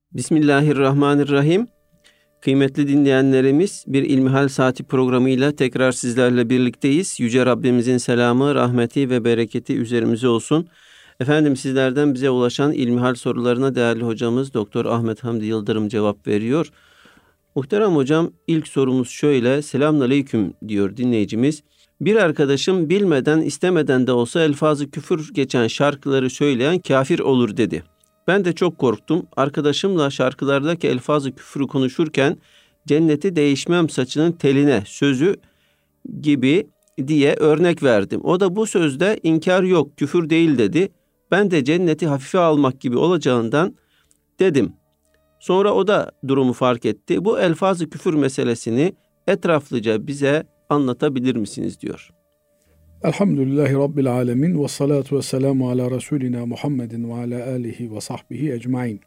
Bismillahirrahmanirrahim. Kıymetli dinleyenlerimiz, bir İlmihal Saati programıyla tekrar sizlerle birlikteyiz. Yüce Rabbimizin selamı, rahmeti ve bereketi üzerimize olsun. Efendim, sizlerden bize ulaşan İlmihal sorularına değerli hocamız Doktor Ahmet Hamdi Yıldırım cevap veriyor. Muhterem hocam, ilk sorumuz şöyle: Selamünaleyküm diyor dinleyicimiz. Bir arkadaşım bilmeden istemeden de olsa elfazı küfür geçen şarkıları söyleyen kafir olur dedi. Ben de çok korktum. Arkadaşımla şarkılardaki elfazı küfrü konuşurken cenneti değişmem saçının teline sözü gibi diye örnek verdim. O da bu sözde inkar yok, küfür değil dedi. Ben de cenneti hafife almak gibi olacağından dedim. Sonra o da durumu fark etti. Bu elfazı küfür meselesini etraflıca bize anlatabilir misiniz diyor. Elhamdülillahi Rabbil alemin ve salatu ve selamu ala Resulina Muhammedin ve ala alihi ve sahbihi ecmain.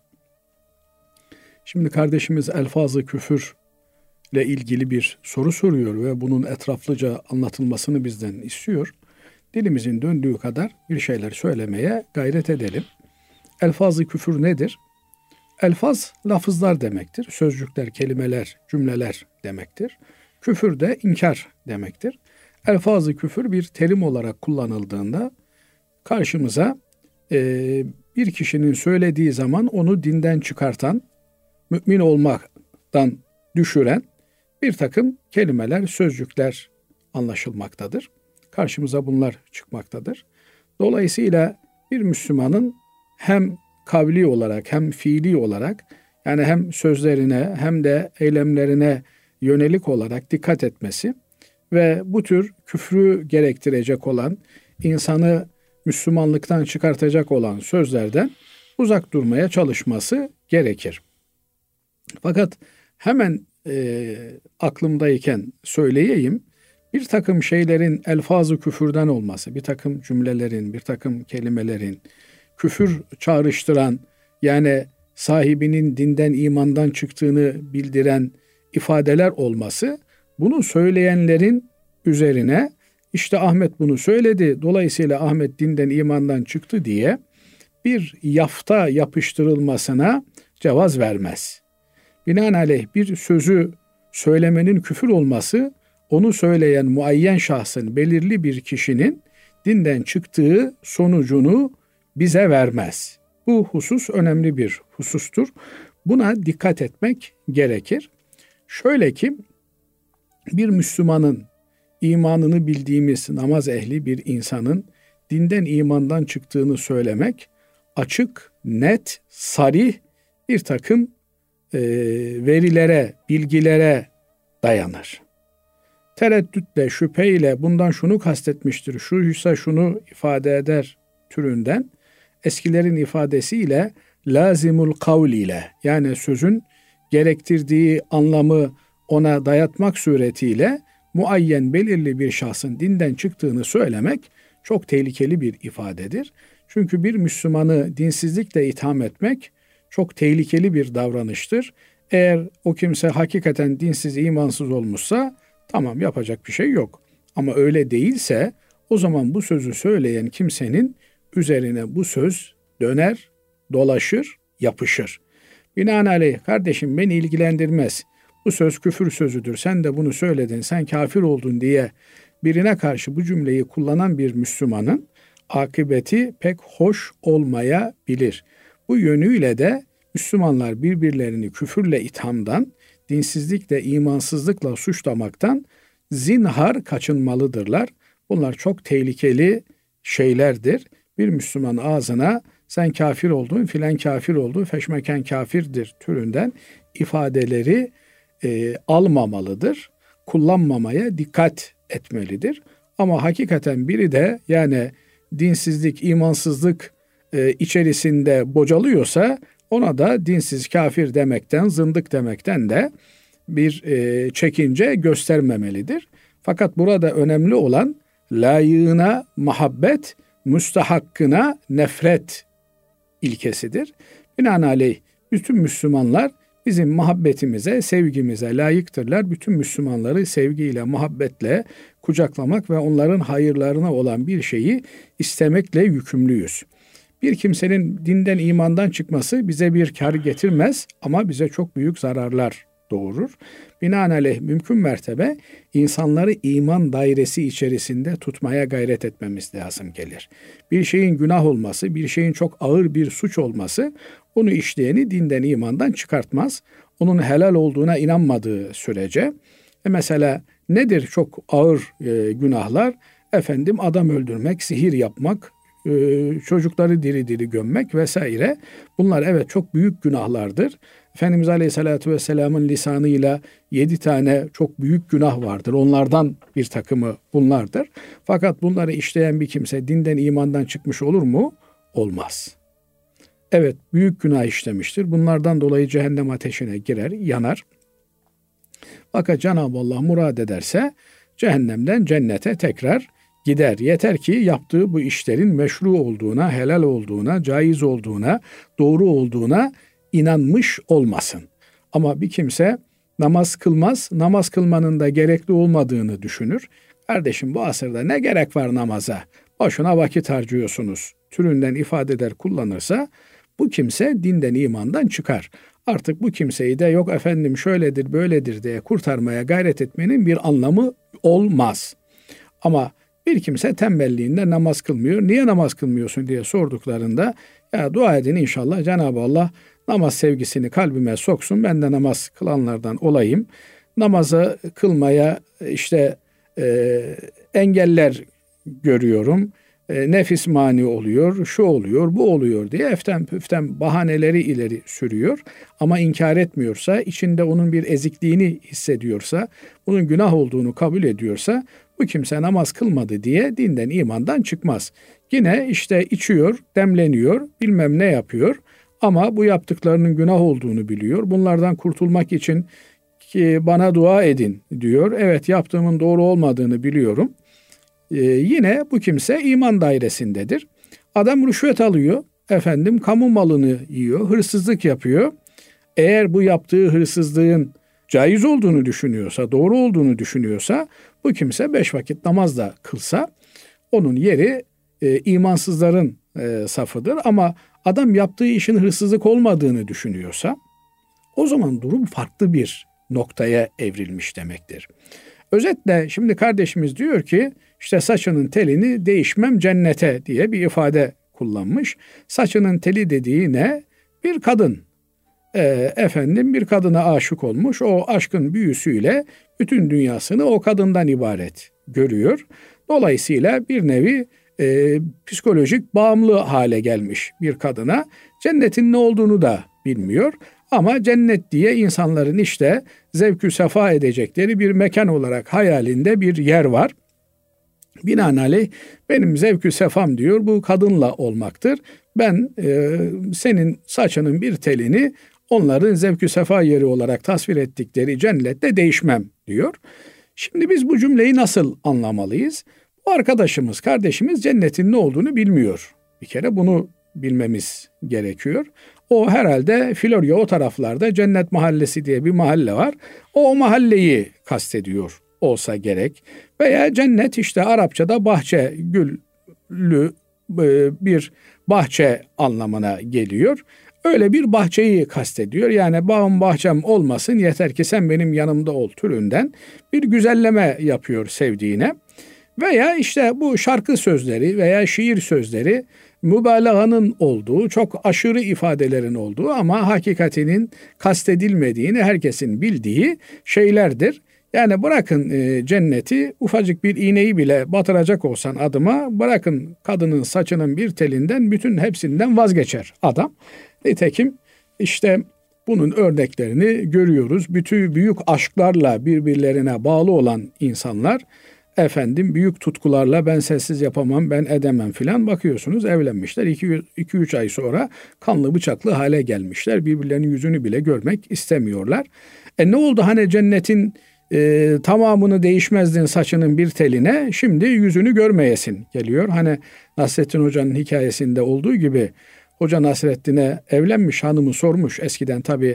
Şimdi kardeşimiz elfaz-ı küfürle ilgili bir soru soruyor ve bunun etraflıca anlatılmasını bizden istiyor. Dilimizin döndüğü kadar bir şeyler söylemeye gayret edelim. Elfaz-ı küfür nedir? Elfaz lafızlar demektir. Sözcükler, kelimeler, cümleler demektir. Küfür de inkar demektir. Elfaz-ı küfür bir terim olarak kullanıldığında karşımıza bir kişinin söylediği zaman onu dinden çıkartan, mümin olmaktan düşüren bir takım kelimeler, sözcükler anlaşılmaktadır. Karşımıza bunlar çıkmaktadır. Dolayısıyla bir Müslümanın hem kavli olarak hem fiili olarak, yani hem sözlerine hem de eylemlerine yönelik olarak dikkat etmesi ve bu tür küfrü gerektirecek olan, insanı Müslümanlıktan çıkartacak olan sözlerden uzak durmaya çalışması gerekir. Fakat hemen aklımdayken söyleyeyim, bir takım şeylerin elfaz-ı küfürden olması, bir takım cümlelerin, bir takım kelimelerin küfür çağrıştıran, yani sahibinin dinden, imandan çıktığını bildiren ifadeler olması, bunu söyleyenlerin üzerine işte Ahmet bunu söyledi, dolayısıyla Ahmet dinden, imandan çıktı diye bir yafta yapıştırılmasına cevaz vermez. Binaenaleyh bir sözü söylemenin küfür olması, onu söyleyen muayyen şahsın, belirli bir kişinin dinden çıktığı sonucunu bize vermez. Bu husus önemli bir husustur. Buna dikkat etmek gerekir. Şöyle ki, bir Müslümanın, imanını bildiğimiz namaz ehli bir insanın dinden, imandan çıktığını söylemek açık, net, sarih bir takım verilere, bilgilere dayanır. Tereddütle, şüpheyle bundan şunu kastetmiştir, şuysa şunu ifade eder türünden, eskilerin ifadesiyle lazimul kavl ile, yani sözün gerektirdiği anlamı ona dayatmak suretiyle muayyen, belirli bir şahsın dinden çıktığını söylemek çok tehlikeli bir ifadedir. Çünkü bir Müslümanı dinsizlikle itham etmek çok tehlikeli bir davranıştır. Eğer o kimse hakikaten dinsiz, imansız olmuşsa tamam, yapacak bir şey yok. Ama öyle değilse o zaman bu sözü söyleyen kimsenin üzerine bu söz döner, dolaşır, yapışır. Binaenaleyh kardeşim beni ilgilendirmez, bu söz küfür sözüdür, sen de bunu söyledin, sen kafir oldun diye birine karşı bu cümleyi kullanan bir Müslümanın akıbeti pek hoş olmayabilir. Bu yönüyle de Müslümanlar birbirlerini küfürle ithamdan, dinsizlikle, imansızlıkla suçlamaktan zinhar kaçınmalıdırlar. Bunlar çok tehlikeli şeylerdir. Bir Müslüman ağzına sen kafir oldun, filan kafir oldu, feşmeken kafirdir türünden ifadeleri almamalıdır. Kullanmamaya dikkat etmelidir. Ama hakikaten biri de yani dinsizlik, imansızlık içerisinde bocalıyorsa ona da dinsiz, kafir demekten, zındık demekten de bir çekince göstermemelidir. Fakat burada önemli olan layığına muhabbet, müstahakkına nefret ilkesidir. Binaenaleyh bütün Müslümanlar bizim muhabbetimize, sevgimize layıktırlar. Bütün Müslümanları sevgiyle, muhabbetle kucaklamak ve onların hayırlarına olan bir şeyi istemekle yükümlüyüz. Bir kimsenin dinden imandan çıkması bize bir kar getirmez ama bize çok büyük zararlar doğurur. Binaenaleyh mümkün mertebe insanları iman dairesi içerisinde tutmaya gayret etmemiz lazım gelir. Bir şeyin günah olması, bir şeyin çok ağır bir suç olması onu işleyeni dinden imandan çıkartmaz. Onun helal olduğuna inanmadığı sürece mesela nedir çok ağır günahlar? Efendim adam öldürmek, sihir yapmak, çocukları diri diri gömmek vesaire. Bunlar evet çok büyük günahlardır. Efendimiz Aleyhisselatü Vesselam'ın lisanıyla 7 tane çok büyük günah vardır. Onlardan bir takımı bunlardır. Fakat bunları işleyen bir kimse dinden imandan çıkmış olur mu? Olmaz. Evet büyük günah işlemiştir. Bunlardan dolayı cehennem ateşine girer, yanar. Fakat Cenab-ı Allah murad ederse cehennemden cennete tekrar gider. Yeter ki yaptığı bu işlerin meşru olduğuna, helal olduğuna, caiz olduğuna, doğru olduğuna inanmış olmasın. Ama bir kimse namaz kılmaz, namaz kılmanın da gerekli olmadığını düşünür. Kardeşim bu asırda ne gerek var namaza? Boşuna vakit harcıyorsunuz türünden ifadeler kullanırsa bu kimse dinden imandan çıkar. Artık bu kimseyi de yok efendim şöyledir böyledir diye kurtarmaya gayret etmenin bir anlamı olmaz. Ama bir kimse tembelliğinde namaz kılmıyor. Niye namaz kılmıyorsun diye sorduklarında ya dua edin inşallah Cenab-ı Allah namaz sevgisini kalbime soksun. Ben de namaz kılanlardan olayım. Namazı kılmaya engeller görüyorum. Nefis mani oluyor, şu oluyor, bu oluyor diye eften püften bahaneleri ileri sürüyor. Ama inkar etmiyorsa, içinde onun bir ezikliğini hissediyorsa, bunun günah olduğunu kabul ediyorsa bu kimse namaz kılmadı diye dinden imandan çıkmaz. Yine içiyor, demleniyor, bilmem ne yapıyor ama bu yaptıklarının günah olduğunu biliyor. Bunlardan kurtulmak için ki bana dua edin diyor. Evet yaptığımın doğru olmadığını biliyorum. Yine bu kimse iman dairesindedir. Adam rüşvet alıyor, kamu malını yiyor, hırsızlık yapıyor. Eğer bu yaptığı hırsızlığın caiz olduğunu düşünüyorsa, doğru olduğunu düşünüyorsa bu kimse 5 vakit namaz da kılsa onun yeri imansızların safıdır. Ama adam yaptığı işin hırsızlık olmadığını düşünüyorsa o zaman durum farklı bir noktaya evrilmiş demektir. Özetle şimdi kardeşimiz diyor ki saçının telini değişmem cennete diye bir ifade kullanmış. Saçının teli dediği ne? Bir kadın. Bir kadına aşık olmuş. O aşkın büyüsüyle bütün dünyasını o kadından ibaret görüyor. Dolayısıyla bir nevi psikolojik bağımlı hale gelmiş bir kadına. Cennetin ne olduğunu da bilmiyor. Ama cennet diye insanların zevk-ü sefa edecekleri bir mekan olarak hayalinde bir yer var. Binaenaleyh benim zevk-ü sefam diyor bu kadınla olmaktır. Ben senin saçının bir telini onların zevk-ü sefa yeri olarak tasvir ettikleri cennette değişmem diyor. Şimdi biz bu cümleyi nasıl anlamalıyız? Bu arkadaşımız, kardeşimiz cennetin ne olduğunu bilmiyor. Bir kere bunu bilmemiz gerekiyor. O herhalde Florya o taraflarda Cennet Mahallesi diye bir mahalle var. O mahalleyi kastediyor olsa gerek. Veya cennet Arapçada bahçe, güllü bir bahçe anlamına geliyor. Öyle bir bahçeyi kastediyor. Yani bağım bahçem olmasın yeter ki sen benim yanımda ol türünden bir güzelleme yapıyor sevdiğine. Veya bu şarkı sözleri veya şiir sözleri mübalağanın olduğu, çok aşırı ifadelerin olduğu ama hakikatinin kastedilmediğini herkesin bildiği şeylerdir. Yani bırakın cenneti ufacık bir iğneyi bile batıracak olsan adıma bırakın kadının saçının bir telinden bütün hepsinden vazgeçer adam. Nitekim bunun örneklerini görüyoruz. Bütün büyük aşklarla birbirlerine bağlı olan insanlar büyük tutkularla ben sensiz yapamam, ben edemem filan bakıyorsunuz evlenmişler. 2-3 ay sonra kanlı bıçaklı hale gelmişler. Birbirlerinin yüzünü bile görmek istemiyorlar. Ne oldu cennetin tamamını değişmezdin saçının bir teline şimdi yüzünü görmeyesin geliyor. Nasrettin Hoca'nın hikayesinde olduğu gibi Hoca Nasrettin'e evlenmiş hanımı sormuş. Eskiden tabii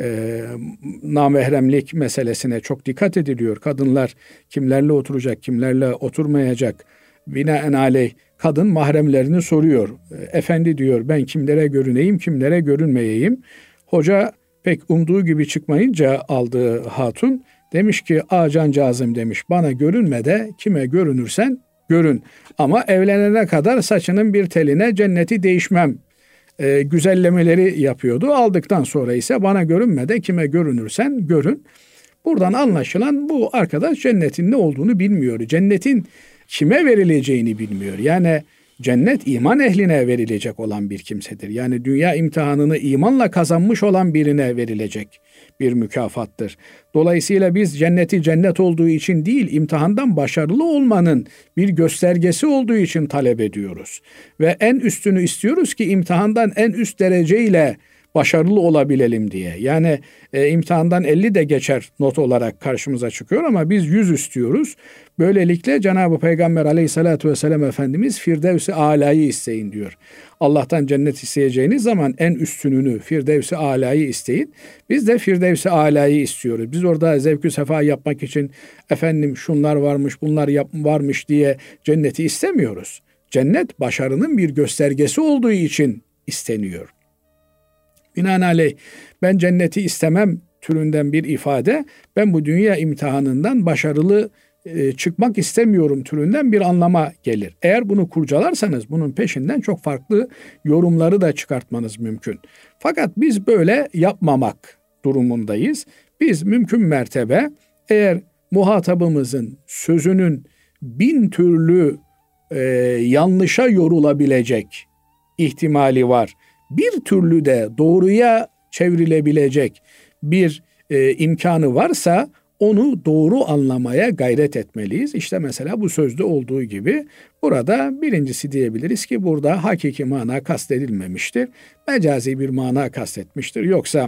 namahremlik meselesine çok dikkat ediliyor. Kadınlar kimlerle oturacak, kimlerle oturmayacak. Binaenaleyh kadın mahremlerini soruyor. Efendi diyor, ben kimlere görüneyim, kimlere görünmeyeyim. Hoca pek umduğu gibi çıkmayınca aldığı hatun demiş ki cancağızım demiş, bana görünme de kime görünürsen görün. Ama evlenene kadar saçının bir teline cenneti değişmem güzellemeleri yapıyordu. Aldıktan sonra ise bana görünme de kime görünürsen görün. Buradan anlaşılan bu arkadaş cennetin ne olduğunu bilmiyor. Cennetin kime verileceğini bilmiyor. Yani cennet iman ehline verilecek olan bir kimsedir. Yani dünya imtihanını imanla kazanmış olan birine verilecek bir mükafattır. Dolayısıyla biz cenneti cennet olduğu için değil, imtihandan başarılı olmanın bir göstergesi olduğu için talep ediyoruz. Ve en üstünü istiyoruz ki imtihandan en üst dereceyle başarılı olabilelim diye. Yani imtihandan 50 de geçer not olarak karşımıza çıkıyor ama biz 100 istiyoruz. Böylelikle Cenab-ı Peygamber aleyhissalatü vesselam Efendimiz Firdevs-i Ala'yı isteyin diyor. Allah'tan cennet isteyeceğiniz zaman en üstününü Firdevs-i Ala'yı isteyin. Biz de Firdevs-i Ala'yı istiyoruz. Biz orada zevk-ü sefa yapmak için efendim şunlar varmış bunlar varmış diye cenneti istemiyoruz. Cennet başarının bir göstergesi olduğu için isteniyor. Binaenaleyh ben cenneti istemem türünden bir ifade, ben bu dünya imtihanından başarılı çıkmak istemiyorum türünden bir anlama gelir. Eğer bunu kurcalarsanız bunun peşinden çok farklı yorumları da çıkartmanız mümkün. Fakat biz böyle yapmamak durumundayız. Biz mümkün mertebe eğer muhatabımızın sözünün 1000 türlü yanlışa yorulabilecek ihtimali var, bir türlü de doğruya çevrilebilecek bir imkanı varsa onu doğru anlamaya gayret etmeliyiz. İşte mesela bu sözde olduğu gibi burada birincisi diyebiliriz ki burada hakiki mana kastedilmemiştir. Mecazi bir mana kastetmiştir. Yoksa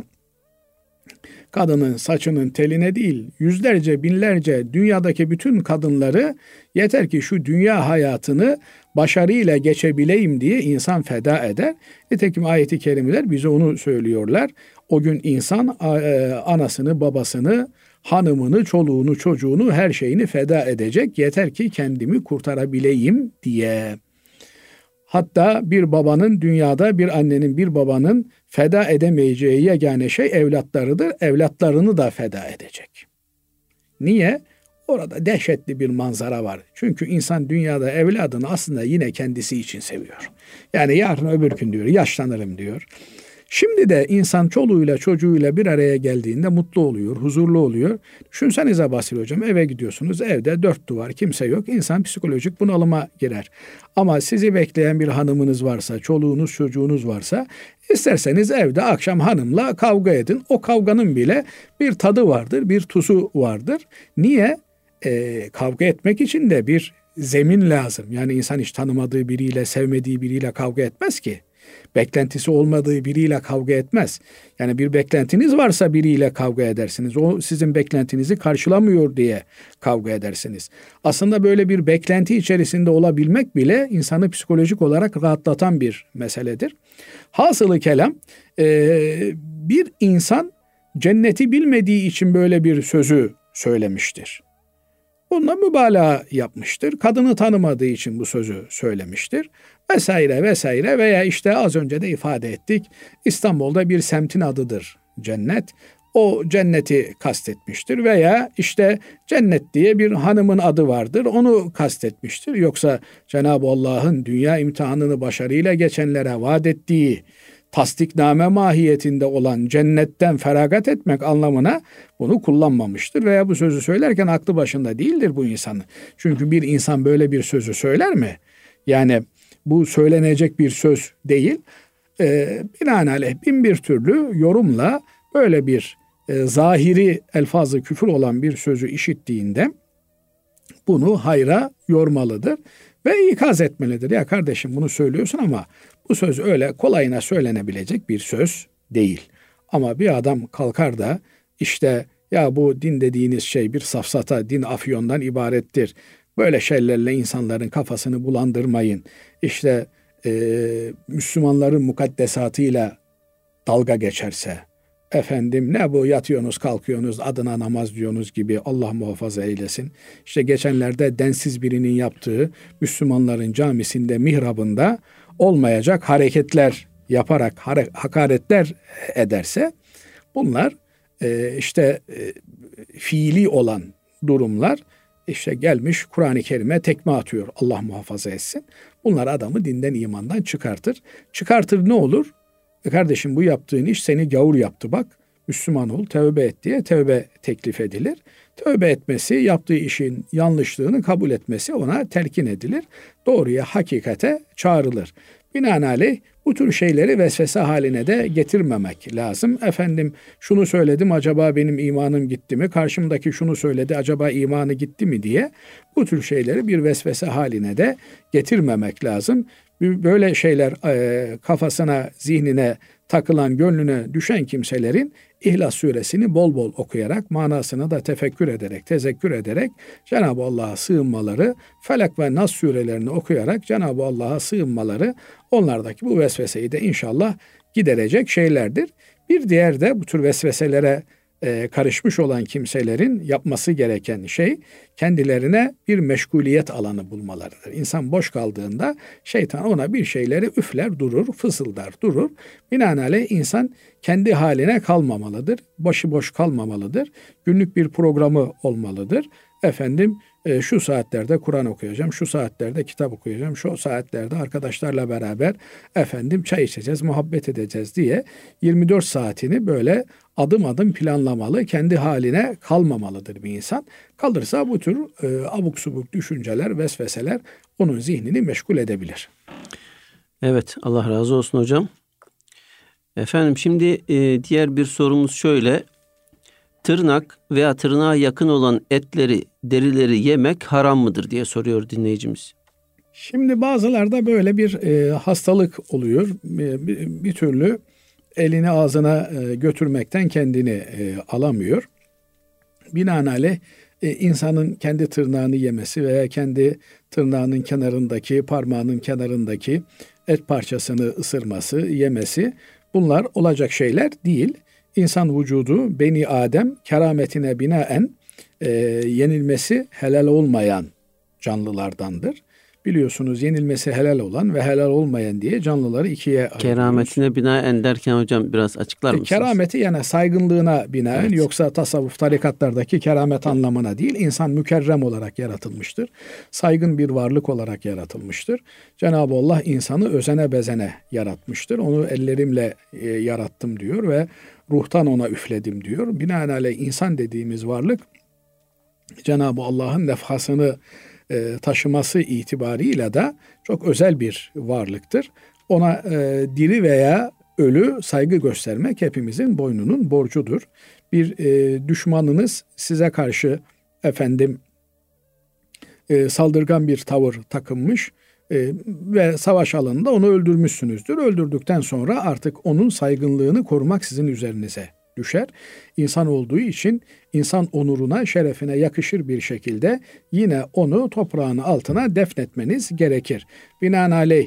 kadının saçının teline değil, yüzlerce, binlerce dünyadaki bütün kadınları yeter ki şu dünya hayatını başarıyla geçebileyim diye insan feda eder. Nitekim ayet-i kerimeler bize onu söylüyorlar. O gün insan anasını, babasını, hanımını, çoluğunu, çocuğunu, her şeyini feda edecek. Yeter ki kendimi kurtarabileyim diye. Hatta bir babanın dünyada, bir annenin, bir babanın feda edemeyeceği yegane şey evlatlarıdır. Evlatlarını da feda edecek. Niye? Orada dehşetli bir manzara var. Çünkü insan dünyada evladını aslında yine kendisi için seviyor. Yani yarın öbür gün diyor, yaşlanırım diyor. Şimdi de insan çoluğuyla çocuğuyla bir araya geldiğinde mutlu oluyor, huzurlu oluyor. Düşünsenize Basri Hocam, eve gidiyorsunuz, evde 4 duvar, kimse yok. İnsan psikolojik bunalıma girer. Ama sizi bekleyen bir hanımınız varsa, çoluğunuz, çocuğunuz varsa, isterseniz evde akşam hanımla kavga edin. O kavganın bile bir tadı vardır, bir tuzu vardır. Niye? Kavga etmek için de bir zemin lazım. Yani insan hiç tanımadığı biriyle, sevmediği biriyle kavga etmez ki. Beklentisi olmadığı biriyle kavga etmez. Yani bir beklentiniz varsa biriyle kavga edersiniz. O sizin beklentinizi karşılamıyor diye kavga edersiniz. Aslında böyle bir beklenti içerisinde olabilmek bile insanı psikolojik olarak rahatlatan bir meseledir. Hasılı kelam, bir insan cenneti bilmediği için böyle bir sözü söylemiştir. Bununla mübalağa yapmıştır. Kadını tanımadığı için bu sözü söylemiştir. Vesaire vesaire veya işte az önce de ifade ettik. İstanbul'da bir semtin adıdır cennet. O cenneti kastetmiştir veya işte cennet diye bir hanımın adı vardır. Onu kastetmiştir. Yoksa Cenab-ı Allah'ın dünya imtihanını başarıyla geçenlere vaat ettiği tasdikname mahiyetinde olan cennetten feragat etmek anlamına bunu kullanmamıştır. Veya bu sözü söylerken aklı başında değildir bu insanın. Çünkü bir insan böyle bir sözü söyler mi? Yani bu söylenecek bir söz değil. Binaenaleyh bin bir türlü yorumla böyle bir zahiri elfazı küfür olan bir sözü işittiğinde bunu hayra yormalıdır ve ikaz etmelidir. Ya kardeşim bunu söylüyorsun ama bu söz öyle kolayına söylenebilecek bir söz değil. Ama bir adam kalkar da işte ya bu din dediğiniz şey bir safsata, din afyondan ibarettir. Böyle şeylerle insanların kafasını bulandırmayın. İşte Müslümanların mukaddesatıyla dalga geçerse, efendim ne bu yatıyorsunuz kalkıyorsunuz adına namaz diyorsunuz gibi, Allah muhafaza eylesin. İşte geçenlerde densiz birinin yaptığı Müslümanların camisinde mihrabında olmayacak hareketler yaparak hakaretler ederse, bunlar fiili olan durumlar, işte gelmiş Kur'an-ı Kerim'e tekme atıyor, Allah muhafaza etsin. Bunlar adamı dinden imandan çıkartır. Çıkartır, ne olur? Kardeşim bu yaptığın iş seni gavur yaptı bak. Müslüman ol, tövbe et diye tövbe teklif edilir. Tövbe etmesi, yaptığı işin yanlışlığını kabul etmesi ona telkin edilir. Doğruya, hakikate çağrılır. Binaenaleyh bu tür şeyleri vesvese haline de getirmemek lazım. Efendim şunu söyledim, acaba benim imanım gitti mi? Karşımdaki şunu söyledi, acaba imanı gitti mi diye bu tür şeyleri bir vesvese haline de getirmemek lazım. Böyle şeyler kafasına, zihnine takılan, gönlüne düşen kimselerin İhlas suresini bol bol okuyarak, manasını da tefekkür ederek, tezekkür ederek Cenab-ı Allah'a sığınmaları, Felak ve Nas surelerini okuyarak Cenab-ı Allah'a sığınmaları onlardaki bu vesveseyi de inşallah giderecek şeylerdir. Bir diğer de bu tür vesveselere karışmış olan kimselerin yapması gereken şey, kendilerine bir meşguliyet alanı bulmalarıdır. İnsan boş kaldığında şeytan ona bir şeyleri üfler durur, fısıldar durur. Binaenaleyh insan kendi haline kalmamalıdır, başıboş kalmamalıdır. Günlük bir programı olmalıdır. Efendim şu saatlerde Kur'an okuyacağım, şu saatlerde kitap okuyacağım, şu saatlerde arkadaşlarla beraber efendim çay içeceğiz, muhabbet edeceğiz diye 24 saatini böyle adım adım planlamalı, kendi haline kalmamalıdır bir insan. Kalırsa bu tür abuk subuk düşünceler, vesveseler onun zihnini meşgul edebilir. Evet, Allah razı olsun hocam. Efendim şimdi diğer bir sorumuz şöyle. Tırnak veya tırnağa yakın olan etleri, derileri yemek haram mıdır diye soruyor dinleyicimiz. Şimdi bazılarda böyle bir hastalık oluyor. Bir türlü elini ağzına götürmekten kendini alamıyor. Binaenaleyh insanın kendi tırnağını yemesi veya kendi tırnağının kenarındaki, parmağının kenarındaki et parçasını ısırması, yemesi, bunlar olacak şeyler değil. İnsan vücudu Beni Adem kerametine binaen yenilmesi helal olmayan canlılardandır. Biliyorsunuz yenilmesi helal olan ve helal olmayan diye canlıları ikiye ayırıyoruz. Kerametine binaen derken hocam biraz açıklar mısınız? Kerameti yani saygınlığına binaen, evet. Yoksa tasavvuf tarikatlardaki keramet anlamına değil, insan mükerrem olarak yaratılmıştır. Saygın bir varlık olarak yaratılmıştır. Cenab-ı Allah insanı özene bezene yaratmıştır. Onu ellerimle yarattım diyor ve ruhtan ona üfledim diyor. Binaenaleyh insan dediğimiz varlık Cenab-ı Allah'ın nefhasını taşıması itibarıyla da çok özel bir varlıktır. Ona diri veya ölü saygı göstermek hepimizin boynunun borcudur. Bir düşmanınız size karşı efendim saldırgan bir tavır takınmış ve savaş alanında onu öldürmüşsünüzdür. Öldürdükten sonra artık onun saygınlığını korumak sizin üzerinize düşer. İnsan olduğu için insan onuruna, şerefine yakışır bir şekilde yine onu toprağın altına defnetmeniz gerekir. Binaenaleyh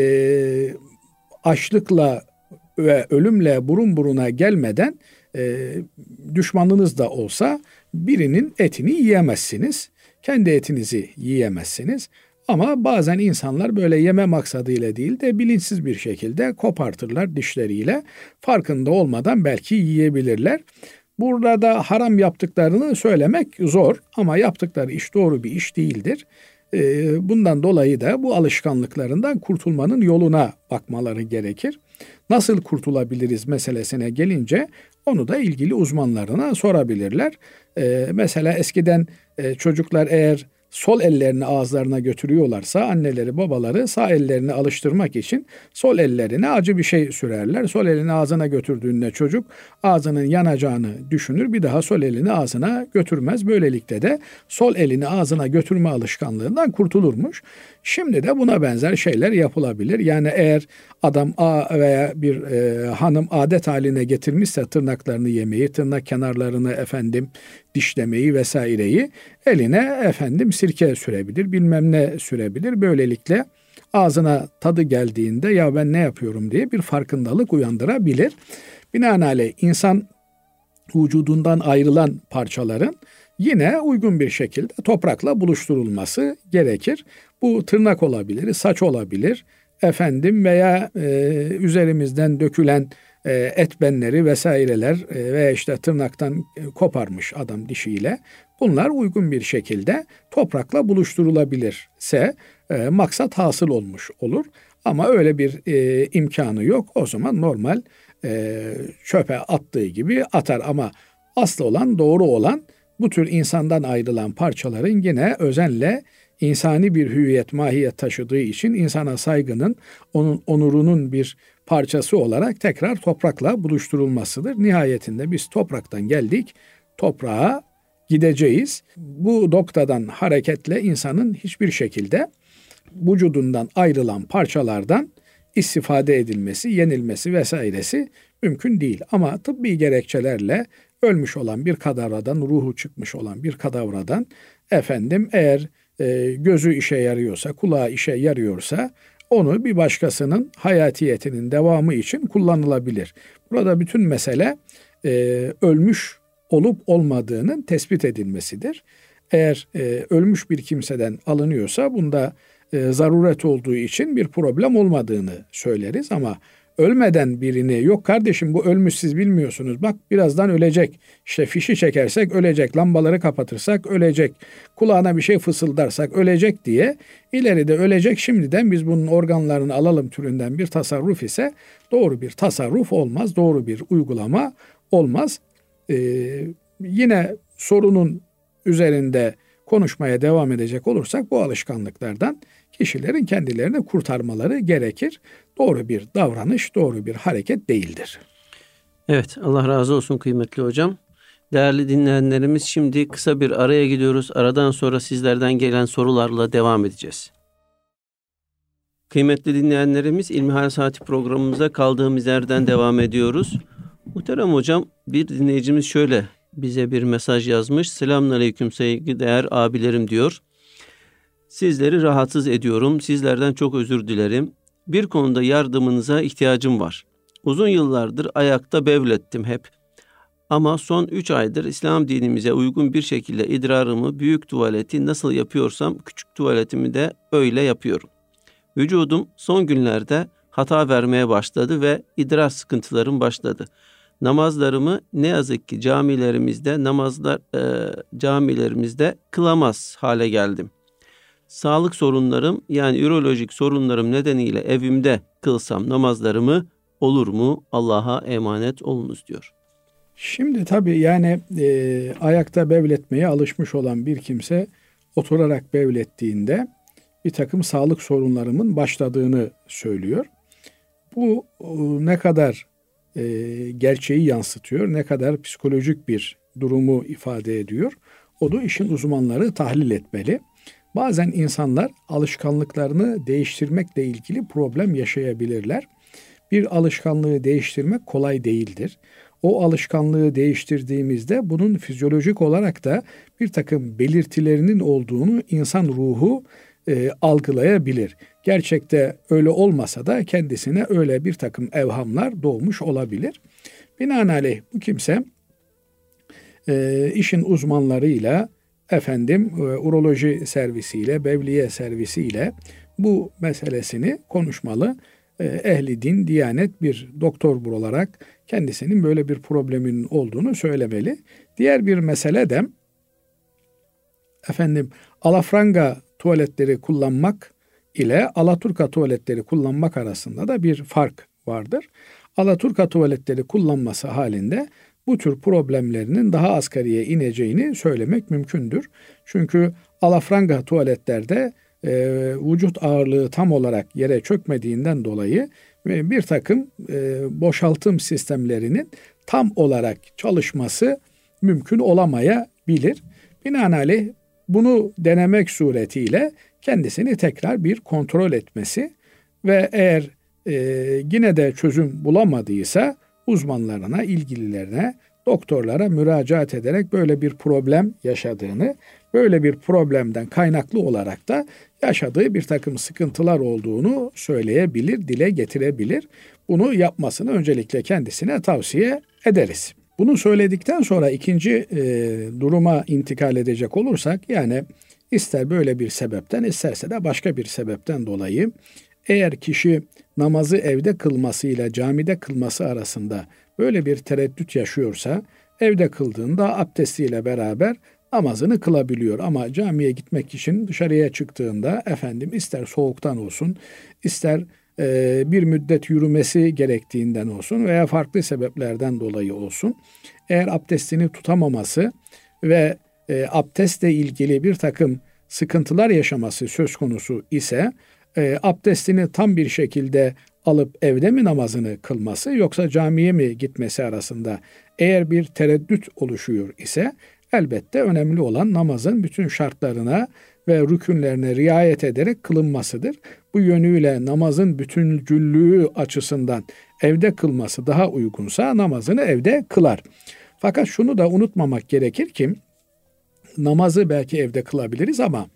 açlıkla ve ölümle burun buruna gelmeden düşmanınız da olsa birinin etini yiyemezsiniz. Kendi etinizi yiyemezsiniz. Ama bazen insanlar böyle yeme maksadıyla değil de bilinçsiz bir şekilde kopartırlar dişleriyle. Farkında olmadan belki yiyebilirler. Burada da haram yaptıklarını söylemek zor ama yaptıkları iş doğru bir iş değildir. Bundan dolayı da bu alışkanlıklarından kurtulmanın yoluna bakmaları gerekir. Nasıl kurtulabiliriz meselesine gelince onu da ilgili uzmanlarına sorabilirler. Mesela eskiden çocuklar eğer sol ellerini ağızlarına götürüyorlarsa anneleri babaları sağ ellerini alıştırmak için sol ellerine acı bir şey sürerler. Sol elini ağzına götürdüğünde çocuk ağzının yanacağını düşünür, bir daha sol elini ağzına götürmez. Böylelikle de sol elini ağzına götürme alışkanlığından kurtulurmuş. Şimdi de buna benzer şeyler yapılabilir. Yani eğer adam veya bir hanım adet haline getirmişse tırnaklarını yemeyi, tırnak kenarlarını efendim dişlemeyi vesaireyi, eline efendim sirke sürebilir, bilmem ne sürebilir. Böylelikle ağzına tadı geldiğinde ya ben ne yapıyorum diye bir farkındalık uyandırabilir. Binaenaleyh insan vücudundan ayrılan parçaların yine uygun bir şekilde toprakla buluşturulması gerekir. Bu tırnak olabilir, saç olabilir, veya üzerimizden dökülen et benleri vesaireler veya işte tırnaktan koparmış adam dişiyle, bunlar uygun bir şekilde toprakla buluşturulabilirse maksat hasıl olmuş olur. Ama öyle bir imkanı yok. O zaman normal çöpe attığı gibi atar. Ama aslı olan, doğru olan, bu tür insandan ayrılan parçaların yine özenle insani bir hüviyet, mahiyet taşıdığı için insana saygının, onun onurunun bir parçası olarak tekrar toprakla buluşturulmasıdır. Nihayetinde biz topraktan geldik, toprağa gideceğiz. Bu noktadan hareketle insanın hiçbir şekilde vücudundan ayrılan parçalardan istifade edilmesi, yenilmesi vesairesi mümkün değil. Ama tıbbi gerekçelerle ölmüş olan bir kadavradan, ruhu çıkmış olan bir kadavradan eğer gözü işe yarıyorsa, kulağı işe yarıyorsa onu bir başkasının hayatiyetinin devamı için kullanılabilir. Burada bütün mesele ölmüş olup olmadığının tespit edilmesidir. Eğer ölmüş bir kimseden alınıyorsa bunda zaruret olduğu için bir problem olmadığını söyleriz, ama ölmeden birini, yok kardeşim bu ölmüş siz bilmiyorsunuz, bak birazdan ölecek, işte fişi çekersek ölecek, lambaları kapatırsak ölecek, kulağına bir şey fısıldarsak ölecek diye ileride ölecek, şimdiden biz bunun organlarını alalım türünden bir tasarruf ise doğru bir tasarruf olmaz, doğru bir uygulama olmaz. Yine sorunun üzerinde konuşmaya devam edecek olursak bu alışkanlıklardan kişilerin kendilerini kurtarmaları gerekir. Doğru bir davranış, doğru bir hareket değildir. Evet, Allah razı olsun kıymetli hocam. Değerli dinleyenlerimiz, şimdi kısa bir araya gidiyoruz. Aradan sonra sizlerden gelen sorularla devam edeceğiz. Kıymetli dinleyenlerimiz, İlmihal Saati programımıza kaldığımız yerden devam ediyoruz. Muhterem hocam, bir dinleyicimiz şöyle bize bir mesaj yazmış. Selamünaleyküm saygıdeğer abilerim diyor. Sizleri rahatsız ediyorum. Sizlerden çok özür dilerim. Bir konuda yardımınıza ihtiyacım var. Uzun yıllardır ayakta bevlettim hep. Ama son 3 aydır İslam dinimize uygun bir şekilde idrarımı, büyük tuvaleti nasıl yapıyorsam küçük tuvaletimi de öyle yapıyorum. Vücudum son günlerde hata vermeye başladı ve idrar sıkıntılarım başladı. Namazlarımı ne yazık ki camilerimizde kılamaz hale geldim. Sağlık sorunlarım, yani ürolojik sorunlarım nedeniyle evimde kılsam namazlarımı olur mu? Allah'a emanet olunuz diyor. Şimdi tabii ayakta bevletmeye alışmış olan bir kimse oturarak bevlettiğinde bir takım sağlık sorunlarımın başladığını söylüyor. Bu ne kadar gerçeği yansıtıyor, ne kadar psikolojik bir durumu ifade ediyor, o da işin uzmanları tahlil etmeli. Bazen insanlar alışkanlıklarını değiştirmekle ilgili problem yaşayabilirler. Bir alışkanlığı değiştirmek kolay değildir. O alışkanlığı değiştirdiğimizde bunun fizyolojik olarak da bir takım belirtilerinin olduğunu insan ruhu algılayabilir. Gerçekte öyle olmasa da kendisine öyle bir takım evhamlar doğmuş olabilir. Binaenaleyh bu kimse işin uzmanlarıyla uroloji servisiyle, bevliye servisiyle bu meselesini konuşmalı. Ehli din, diyanet bir doktor olarak kendisinin böyle bir probleminin olduğunu söylemeli. Diğer bir mesele de alafranga tuvaletleri kullanmak ile alaturka tuvaletleri kullanmak arasında da bir fark vardır. Alaturka tuvaletleri kullanması halinde bu tür problemlerinin daha asgariye ineceğini söylemek mümkündür. Çünkü alafranga tuvaletlerde vücut ağırlığı tam olarak yere çökmediğinden dolayı bir takım boşaltım sistemlerinin tam olarak çalışması mümkün olamayabilir. Binaenaleyh bunu denemek suretiyle kendisini tekrar bir kontrol etmesi ve eğer yine de çözüm bulamadıysa uzmanlarına, ilgililerine, doktorlara müracaat ederek böyle bir problem yaşadığını, böyle bir problemden kaynaklı olarak da yaşadığı bir takım sıkıntılar olduğunu söyleyebilir, dile getirebilir. Bunu yapmasını öncelikle kendisine tavsiye ederiz. Bunu söyledikten sonra ikinci duruma intikal edecek olursak, yani ister böyle bir sebepten isterse de başka bir sebepten dolayı eğer kişi namazı evde kılmasıyla camide kılması arasında böyle bir tereddüt yaşıyorsa, evde kıldığında abdestiyle beraber namazını kılabiliyor. Ama camiye gitmek için dışarıya çıktığında ister soğuktan olsun, ister bir müddet yürümesi gerektiğinden olsun veya farklı sebeplerden dolayı olsun, eğer abdestini tutamaması ve abdestle ilgili bir takım sıkıntılar yaşaması söz konusu ise, abdestini tam bir şekilde alıp evde mi namazını kılması yoksa camiye mi gitmesi arasında eğer bir tereddüt oluşuyor ise, elbette önemli olan namazın bütün şartlarına ve rükünlerine riayet ederek kılınmasıdır. Bu yönüyle namazın bütüncüllüğü açısından evde kılması daha uygunsa namazını evde kılar. Fakat şunu da unutmamak gerekir ki, namazı belki evde kılabiliriz ama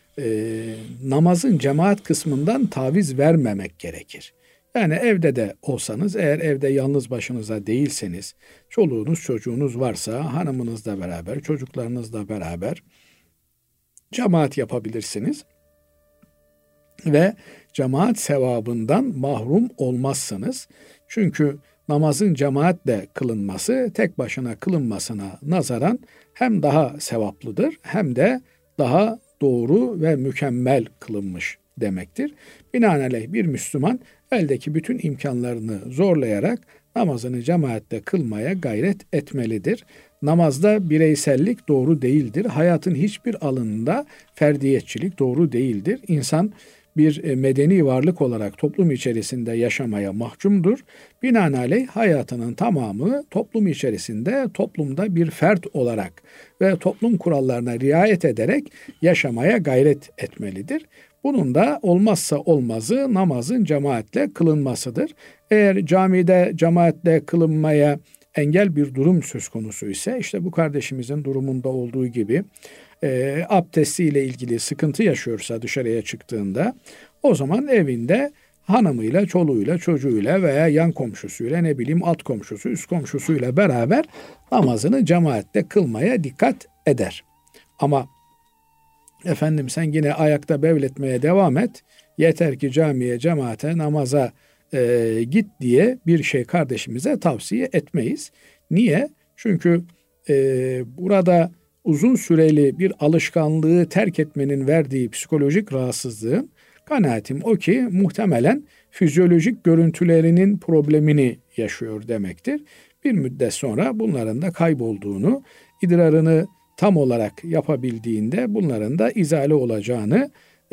namazın cemaat kısmından taviz vermemek gerekir. Yani evde de olsanız, eğer evde yalnız başınıza değilseniz, çoluğunuz çocuğunuz varsa hanımınızla beraber, çocuklarınızla beraber cemaat yapabilirsiniz. Ve cemaat sevabından mahrum olmazsınız. Çünkü namazın cemaatle kılınması tek başına kılınmasına nazaran hem daha sevaplıdır hem de daha doğru ve mükemmel kılınmış demektir. Binaenaleyh bir Müslüman eldeki bütün imkanlarını zorlayarak namazını cemaatle kılmaya gayret etmelidir. Namazda bireysellik doğru değildir. Hayatın hiçbir alanında ferdiyetçilik doğru değildir. İnsan bir medeni varlık olarak toplum içerisinde yaşamaya mahkumdur. Binaenaleyh hayatının tamamı toplum içerisinde, toplumda bir fert olarak ve toplum kurallarına riayet ederek yaşamaya gayret etmelidir. Bunun da olmazsa olmazı namazın cemaatle kılınmasıdır. Eğer camide cemaatle kılınmaya engel bir durum söz konusu ise, işte bu kardeşimizin durumunda olduğu gibi abdestiyle ilgili sıkıntı yaşıyorsa dışarıya çıktığında, o zaman evinde hanımıyla, çoluğuyla, çocuğuyla veya yan komşusuyla, alt komşusu, üst komşusuyla beraber namazını cemaatle kılmaya dikkat eder. Ama sen yine ayakta bevletmeye devam et, yeter ki camiye, cemaate, namaza git diye bir şey kardeşimize tavsiye etmeyiz. Niye? Çünkü burada uzun süreli bir alışkanlığı terk etmenin verdiği psikolojik rahatsızlığın, kanaatim o ki muhtemelen fizyolojik görüntülerinin problemini yaşıyor demektir. Bir müddet sonra bunların da kaybolduğunu, idrarını tam olarak yapabildiğinde bunların da izale olacağını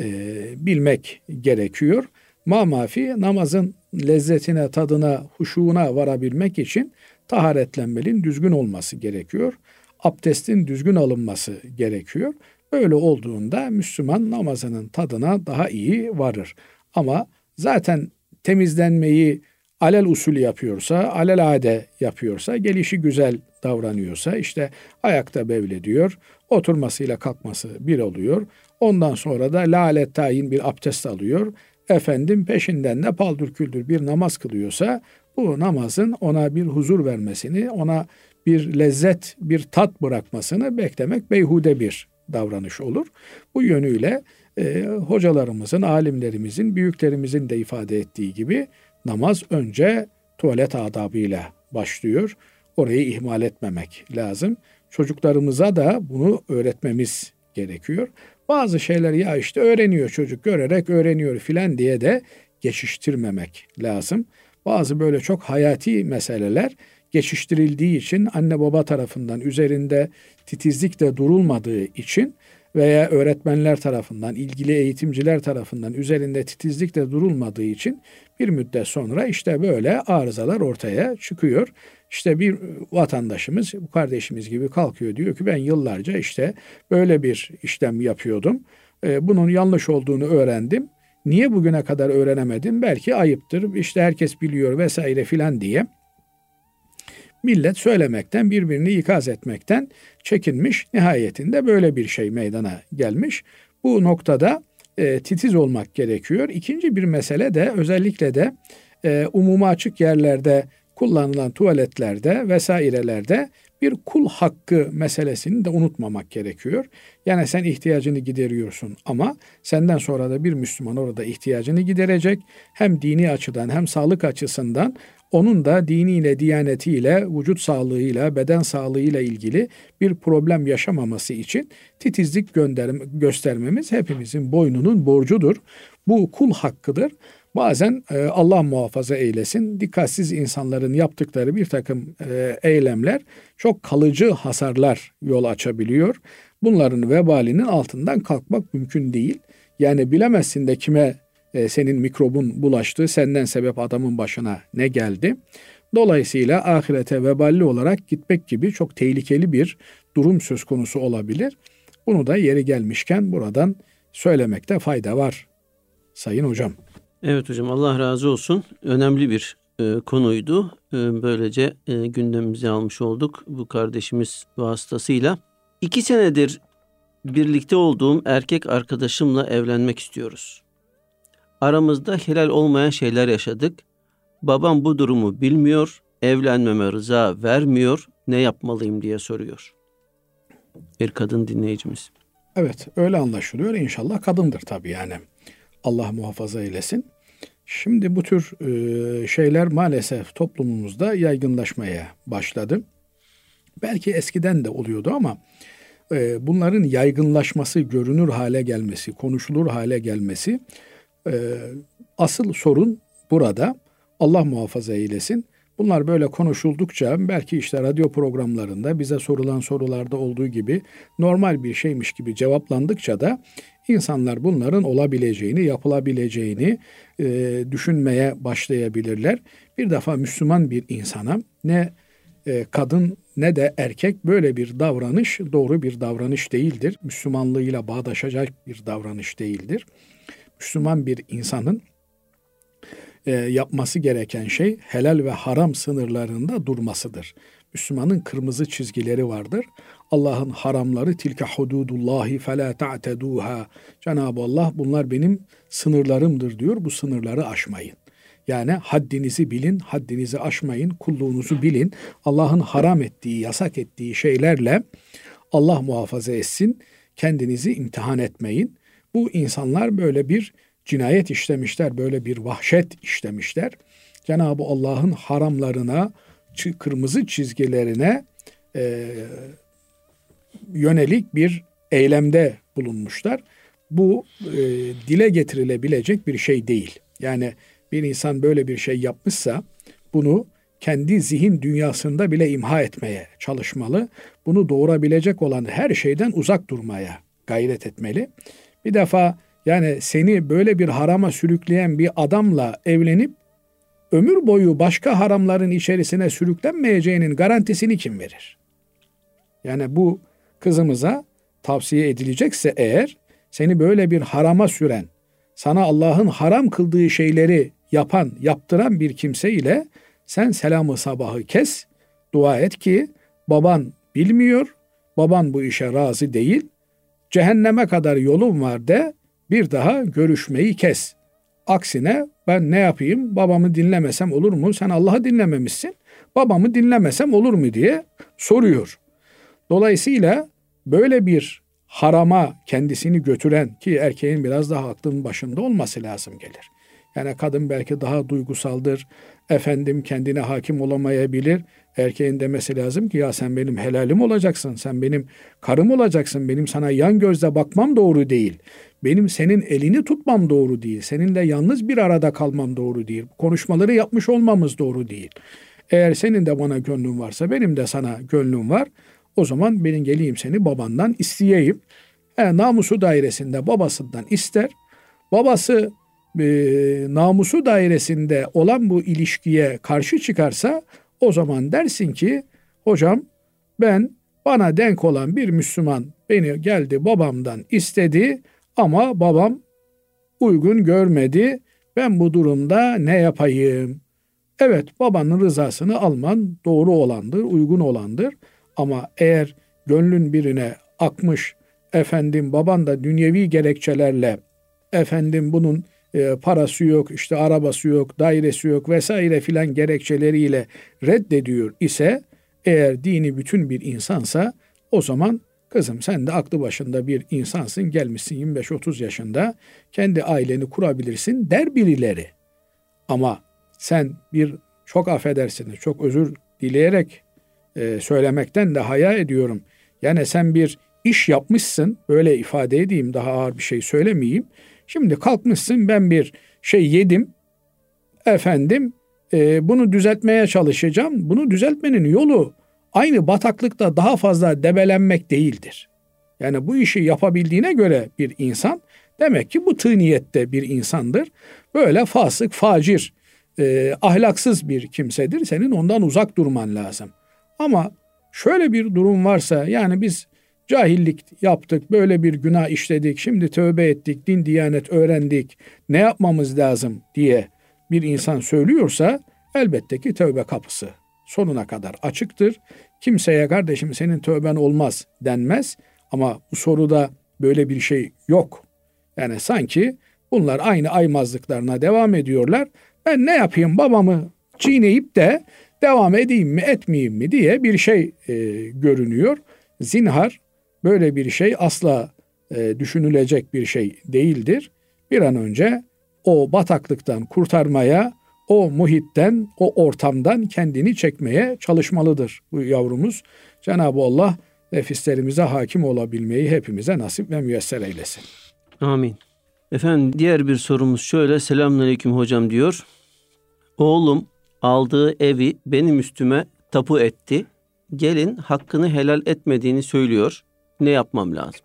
bilmek gerekiyor. Mamafi namazın lezzetine, tadına, huşuğuna varabilmek için taharetlenmenin düzgün olması gerekiyor. Abdestin düzgün alınması gerekiyor. Böyle olduğunda Müslüman namazının tadına daha iyi varır. Ama zaten temizlenmeyi alel usul yapıyorsa, alelade yapıyorsa, gelişi güzel davranıyorsa, işte ayakta bevlediyor, oturmasıyla kalkması bir oluyor. Ondan sonra da lalet tayin bir abdest alıyor. Peşinden de paldır küldür bir namaz kılıyorsa, bu namazın ona bir huzur vermesini, ona bir lezzet, bir tat bırakmasını beklemek beyhude bir davranış olur. Bu yönüyle hocalarımızın, alimlerimizin, büyüklerimizin de ifade ettiği gibi namaz önce tuvalet adabıyla başlıyor. Orayı ihmal etmemek lazım. Çocuklarımıza da bunu öğretmemiz gerekiyor. Bazı şeyler ya işte öğreniyor çocuk, görerek öğreniyor filan diye de geçiştirmemek lazım. Bazı böyle çok hayati meseleler geçiştirildiği için, anne baba tarafından üzerinde titizlikle durulmadığı için veya öğretmenler tarafından, ilgili eğitimciler tarafından üzerinde titizlikle durulmadığı için bir müddet sonra işte böyle arızalar ortaya çıkıyor. İşte bir vatandaşımız, bu kardeşimiz gibi kalkıyor, diyor ki ben yıllarca işte böyle bir işlem yapıyordum. Bunun yanlış olduğunu öğrendim. Niye bugüne kadar öğrenemedim? Belki ayıptır, işte herkes biliyor vesaire filan diye millet söylemekten, birbirini ikaz etmekten çekinmiş. Nihayetinde böyle bir şey meydana gelmiş. Bu noktada titiz olmak gerekiyor. İkinci bir mesele de özellikle de umuma açık yerlerde kullanılan tuvaletlerde vesairelerde bir kul hakkı meselesini de unutmamak gerekiyor. Yani sen ihtiyacını gideriyorsun ama senden sonra da bir Müslüman orada ihtiyacını giderecek. Hem dini açıdan hem sağlık açısından onun da diniyle, diyanetiyle, vücut sağlığıyla, beden sağlığıyla ilgili bir problem yaşamaması için titizlik göstermemiz hepimizin boynunun borcudur. Bu kul hakkıdır. Bazen Allah muhafaza eylesin, dikkatsiz insanların yaptıkları bir takım eylemler çok kalıcı hasarlar yol açabiliyor. Bunların vebalinin altından kalkmak mümkün değil. Yani bilemezsin de kime senin mikrobun bulaştı, senden sebep adamın başına ne geldi. Dolayısıyla ahirete veballi olarak gitmek gibi çok tehlikeli bir durum söz konusu olabilir. Bunu da yeri gelmişken buradan söylemekte fayda var sayın hocam. Evet hocam, Allah razı olsun. Önemli bir konuydu. Böylece gündemimize almış olduk bu kardeşimiz vasıtasıyla. 2 senedir birlikte olduğum erkek arkadaşımla evlenmek istiyoruz. Aramızda helal olmayan şeyler yaşadık. Babam bu durumu bilmiyor, evlenmeme rıza vermiyor. Ne yapmalıyım diye soruyor bir kadın dinleyicimiz. Evet, öyle anlaşılıyor. İnşallah kadındır tabii yani. Allah muhafaza eylesin. Şimdi bu tür şeyler maalesef toplumumuzda yaygınlaşmaya başladı. Belki eskiden de oluyordu ama bunların yaygınlaşması, görünür hale gelmesi, konuşulur hale gelmesi asıl sorun burada. Allah muhafaza eylesin. Bunlar böyle konuşuldukça belki işte radyo programlarında bize sorulan sorularda olduğu gibi normal bir şeymiş gibi cevaplandıkça da insanlar bunların olabileceğini, yapılabileceğini düşünmeye başlayabilirler. Bir defa Müslüman bir insana ne kadın ne de erkek böyle bir davranış doğru bir davranış değildir. Müslümanlığıyla bağdaşacak bir davranış değildir. Müslüman bir insanın yapması gereken şey helal ve haram sınırlarında durmasıdır. Müslümanın kırmızı çizgileri vardır. Allah'ın haramları tilke hududullahi fela ta'teduha. Cenab-ı Allah bunlar benim sınırlarımdır diyor. Bu sınırları aşmayın. Yani haddinizi bilin, haddinizi aşmayın, kulluğunuzu bilin. Allah'ın haram ettiği, yasak ettiği şeylerle Allah muhafaza etsin. Kendinizi imtihan etmeyin. Bu insanlar böyle bir cinayet işlemişler, böyle bir vahşet işlemişler. Cenab-ı Allah'ın haramlarına, kırmızı çizgilerine yönelik bir eylemde bulunmuşlar. Bu dile getirilebilecek bir şey değil. Yani bir insan böyle bir şey yapmışsa bunu kendi zihin dünyasında bile imha etmeye çalışmalı. Bunu doğurabilecek olan her şeyden uzak durmaya gayret etmeli. Bir defa yani seni böyle bir harama sürükleyen bir adamla evlenip ömür boyu başka haramların içerisine sürüklenmeyeceğinin garantisini kim verir? Yani bu kızımıza tavsiye edilecekse eğer seni böyle bir harama süren, sana Allah'ın haram kıldığı şeyleri yapan, yaptıran bir kimse ile sen selamı sabahı kes, dua et ki baban bilmiyor, baban bu işe razı değil, cehenneme kadar yolun var de bir daha görüşmeyi kes. Aksine ben ne yapayım, babamı dinlemesem olur mu? Sen Allah'ı dinlememişsin, babamı dinlemesem olur mu diye soruyor. Dolayısıyla böyle bir harama kendisini götüren ki erkeğin biraz daha aklının başında olması lazım gelir. Yani kadın belki daha duygusaldır, efendim kendine hakim olamayabilir. Erkeğin demesi lazım ki ya sen benim helalim olacaksın, sen benim karım olacaksın, benim sana yan gözle bakmam doğru değil. Benim senin elini tutmam doğru değil, seninle yalnız bir arada kalmam doğru değil. Konuşmaları yapmış olmamız doğru değil. Eğer senin de bana gönlün varsa benim de sana gönlüm var. O zaman benim geleyim seni babandan isteyeyim. Namusu dairesinde babasından ister. Babası namusu dairesinde olan bu ilişkiye karşı çıkarsa o zaman dersin ki hocam bana denk olan bir Müslüman beni geldi babamdan istedi ama babam uygun görmedi. Ben bu durumda ne yapayım? Evet, babanın rızasını alman doğru olandır, uygun olandır. Ama eğer gönlün birine akmış, efendim baban da dünyevi gerekçelerle efendim bunun parası yok, işte arabası yok, dairesi yok vesaire filan gerekçeleriyle reddediyor ise, eğer dini bütün bir insansa, o zaman kızım sen de aklı başında bir insansın, gelmişsin 25-30 yaşında, kendi aileni kurabilirsin der birileri. Ama sen çok affedersiniz, çok özür dileyerek söylemekten de haya ediyorum. Yani sen bir iş yapmışsın, böyle ifade edeyim, daha ağır bir şey söylemeyeyim. Şimdi kalkmışsın, ben bir şey yedim, efendim bunu düzeltmeye çalışacağım. Bunu düzeltmenin yolu aynı bataklıkta daha fazla debelenmek değildir. Yani bu işi yapabildiğine göre bir insan, demek ki bu tığ niyette bir insandır. Böyle fasık, facir, ahlaksız bir kimsedir. Senin ondan uzak durman lazım. Ama şöyle bir durum varsa, yani biz cahillik yaptık, böyle bir günah işledik, şimdi tövbe ettik, din diyanet öğrendik, ne yapmamız lazım diye bir insan söylüyorsa, elbette ki tövbe kapısı sonuna kadar açıktır. Kimseye kardeşim senin tövben olmaz denmez, ama bu soruda böyle bir şey yok. Yani sanki bunlar aynı aymazlıklarına devam ediyorlar. Ben ne yapayım, babamı çiğneyip de devam edeyim mi etmeyeyim mi diye bir şey görünüyor. Zinhar böyle bir şey asla düşünülecek bir şey değildir. Bir an önce o bataklıktan kurtarmaya, o muhitten, o ortamdan kendini çekmeye çalışmalıdır bu yavrumuz. Cenab-ı Allah nefislerimize hakim olabilmeyi hepimize nasip ve müyesser eylesin. Amin. Efendim diğer bir sorumuz şöyle. Selamünaleyküm hocam diyor. Oğlum aldığı evi benim üstüme tapu etti. Gelin hakkını helal etmediğini söylüyor. Ne yapmam lazım?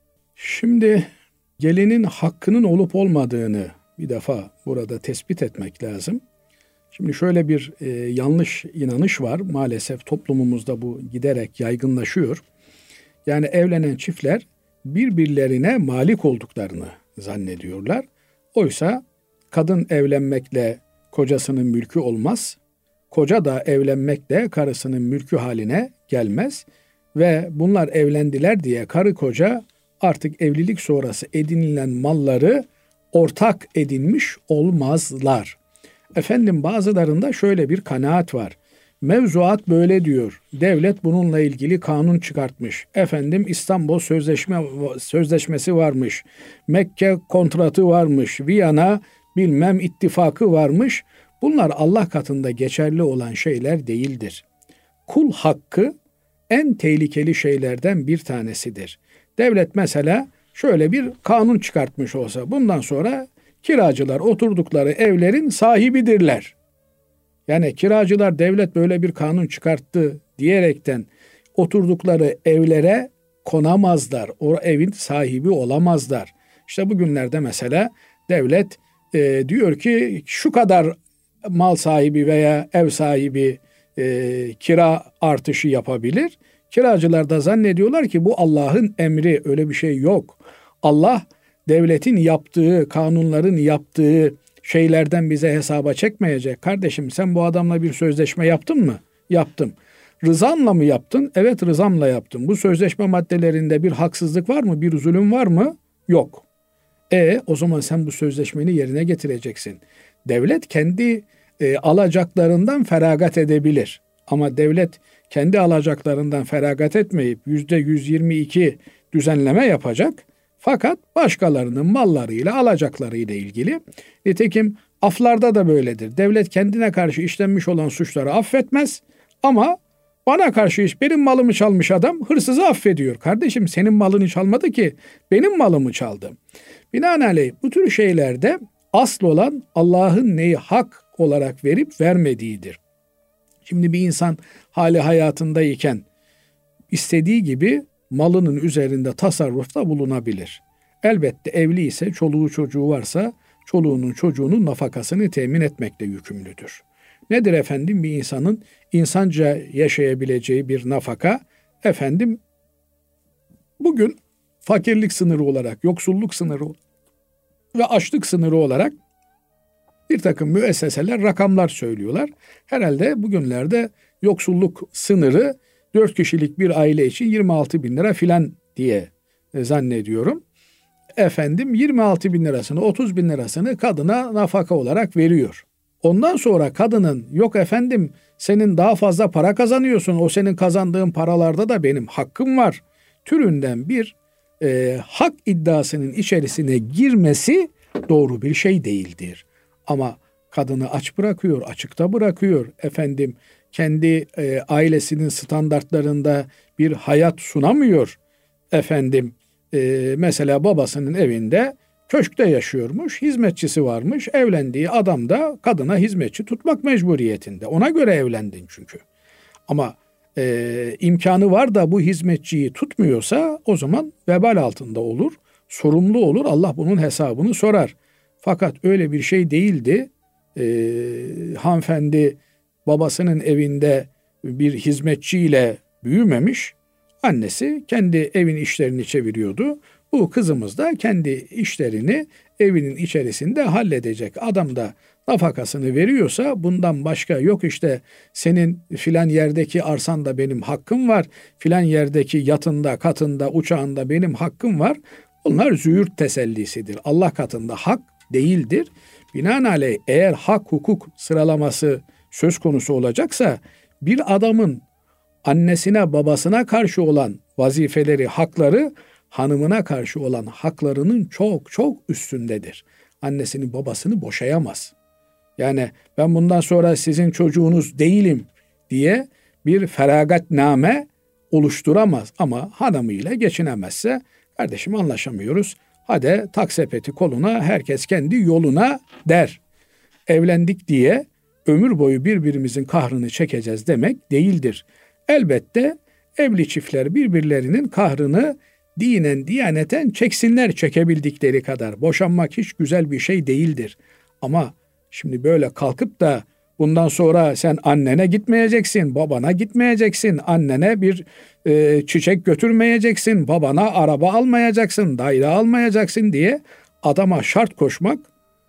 Şimdi gelinin hakkının olup olmadığını bir defa burada tespit etmek lazım. Şimdi şöyle bir yanlış inanış var. Maalesef toplumumuzda bu giderek yaygınlaşıyor. Yani evlenen çiftler birbirlerine malik olduklarını zannediyorlar. Oysa kadın evlenmekle kocasının mülkü olmaz. Koca da evlenmekle karısının mülkü haline gelmez. Ve bunlar evlendiler diye karı koca artık evlilik sonrası edinilen malları ortak edinmiş olmazlar. Efendim bazılarında şöyle bir kanaat var. Mevzuat böyle diyor. Devlet bununla ilgili kanun çıkartmış. Efendim İstanbul Sözleşmesi varmış. Mekke kontratı varmış. Viyana bilmem ittifakı varmış. Bunlar Allah katında geçerli olan şeyler değildir. Kul hakkı en tehlikeli şeylerden bir tanesidir. Devlet mesela şöyle bir kanun çıkartmış olsa, bundan sonra kiracılar oturdukları evlerin sahibidirler. Yani kiracılar devlet böyle bir kanun çıkarttı diyerekten oturdukları evlere konamazlar. O evin sahibi olamazlar. İşte bugünlerde mesela devlet diyor ki şu kadar mal sahibi veya ev sahibi kira artışı yapabilir. Kiracılar da zannediyorlar ki bu Allah'ın emri, öyle bir şey yok. Allah devletin yaptığı, kanunların yaptığı şeylerden bize hesaba çekmeyecek. Kardeşim sen bu adamla bir sözleşme yaptın mı? Yaptım. Rızanla mı yaptın? Evet rızamla yaptım. Bu sözleşme maddelerinde bir haksızlık var mı? Bir zulüm var mı? Yok. O zaman sen bu sözleşmeni yerine getireceksin. Devlet kendi alacaklarından feragat edebilir. Ama devlet kendi alacaklarından feragat etmeyip %122 düzenleme yapacak. Fakat başkalarının mallarıyla, alacaklarıyla ilgili. Nitekim aflarda da böyledir. Devlet kendine karşı işlenmiş olan suçları affetmez ama bana karşı benim malımı çalmış adam hırsızı affediyor. Kardeşim senin malını çalmadı ki, benim malımı çaldı. Binaenaleyh bu tür şeylerde asıl olan Allah'ın neyi hak olarak verip vermediğidir. Şimdi bir insan hali hayatındayken istediği gibi malının üzerinde tasarrufta bulunabilir. Elbette evli ise, çoluğu çocuğu varsa çoluğunun çocuğunun nafakasını temin etmekle yükümlüdür. Nedir efendim bir insanın insanca yaşayabileceği bir nafaka? Efendim bugün fakirlik sınırı olarak, yoksulluk sınırı ve açlık sınırı olarak bir takım müesseseler rakamlar söylüyorlar. Herhalde bugünlerde yoksulluk sınırı 4 kişilik bir aile için 26 bin lira filan diye zannediyorum. efendim 26 bin lirasını 30 bin lirasını kadına nafaka olarak veriyor. Ondan sonra kadının yok efendim senin daha fazla para kazanıyorsun, o senin kazandığın paralarda da benim hakkım var türünden bir hak iddiasının içerisine girmesi doğru bir şey değildir. Ama kadını aç bırakıyor, açıkta bırakıyor. Efendim kendi ailesinin standartlarında bir hayat sunamıyor. Efendim mesela babasının evinde köşkte yaşıyormuş, hizmetçisi varmış. Evlendiği adam da kadına hizmetçi tutmak mecburiyetinde. Ona göre evlendin çünkü. Ama imkanı var da bu hizmetçiyi tutmuyorsa o zaman vebal altında olur, sorumlu olur. Allah bunun hesabını sorar. Fakat öyle bir şey değildi. Hanımefendi babasının evinde bir hizmetçiyle büyümemiş. Annesi kendi evin işlerini çeviriyordu. Bu kızımız da kendi işlerini evinin içerisinde halledecek. Adam da nafakasını veriyorsa bundan başka yok işte senin filan yerdeki arsanda benim hakkım var. Filan yerdeki yatında, katında, uçağında benim hakkım var. Bunlar züğürt tesellisidir. Allah katında hak değildir. Binaenaleyh eğer hak hukuk sıralaması söz konusu olacaksa bir adamın annesine babasına karşı olan vazifeleri, hakları hanımına karşı olan haklarının çok çok üstündedir. Annesini babasını boşayamaz. Yani ben bundan sonra sizin çocuğunuz değilim diye bir feragatname oluşturamaz. Ama hanımıyla geçinemezse kardeşim anlaşamıyoruz. Hadi tak sepeti koluna herkes kendi yoluna der. Evlendik diye ömür boyu birbirimizin kahrını çekeceğiz demek değildir. Elbette evli çiftler birbirlerinin kahrını dinen, diyaneten çeksinler çekebildikleri kadar. Boşanmak hiç güzel bir şey değildir. Ama şimdi böyle kalkıp da bundan sonra sen annene gitmeyeceksin, babana gitmeyeceksin, annene bir çiçek götürmeyeceksin, babana araba almayacaksın, daire almayacaksın diye adama şart koşmak,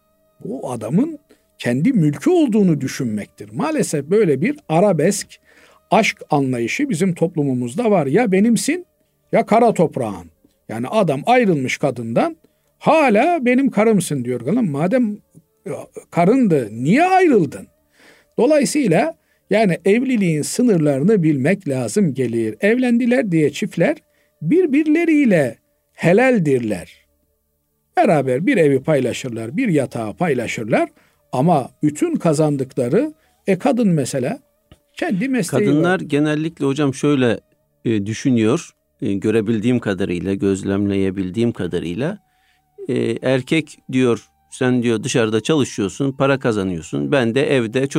bu adamın kendi mülkü olduğunu düşünmektir. Maalesef böyle bir arabesk aşk anlayışı bizim toplumumuzda var. Ya benimsin ya kara toprağın. Yani adam ayrılmış kadından hala benim karımsın diyor. Madem karındı niye ayrıldın? Dolayısıyla yani evliliğin sınırlarını bilmek lazım gelir. Evlendiler diye çiftler birbirleriyle helaldirler. Beraber bir evi paylaşırlar, bir yatağı paylaşırlar ama bütün kazandıkları kadın mesela kendi mesleği Kadınlar var. genellikle hocam şöyle düşünüyor, görebildiğim kadarıyla, gözlemleyebildiğim kadarıyla erkek diyor sen diyor dışarıda çalışıyorsun, para kazanıyorsun. Ben de evde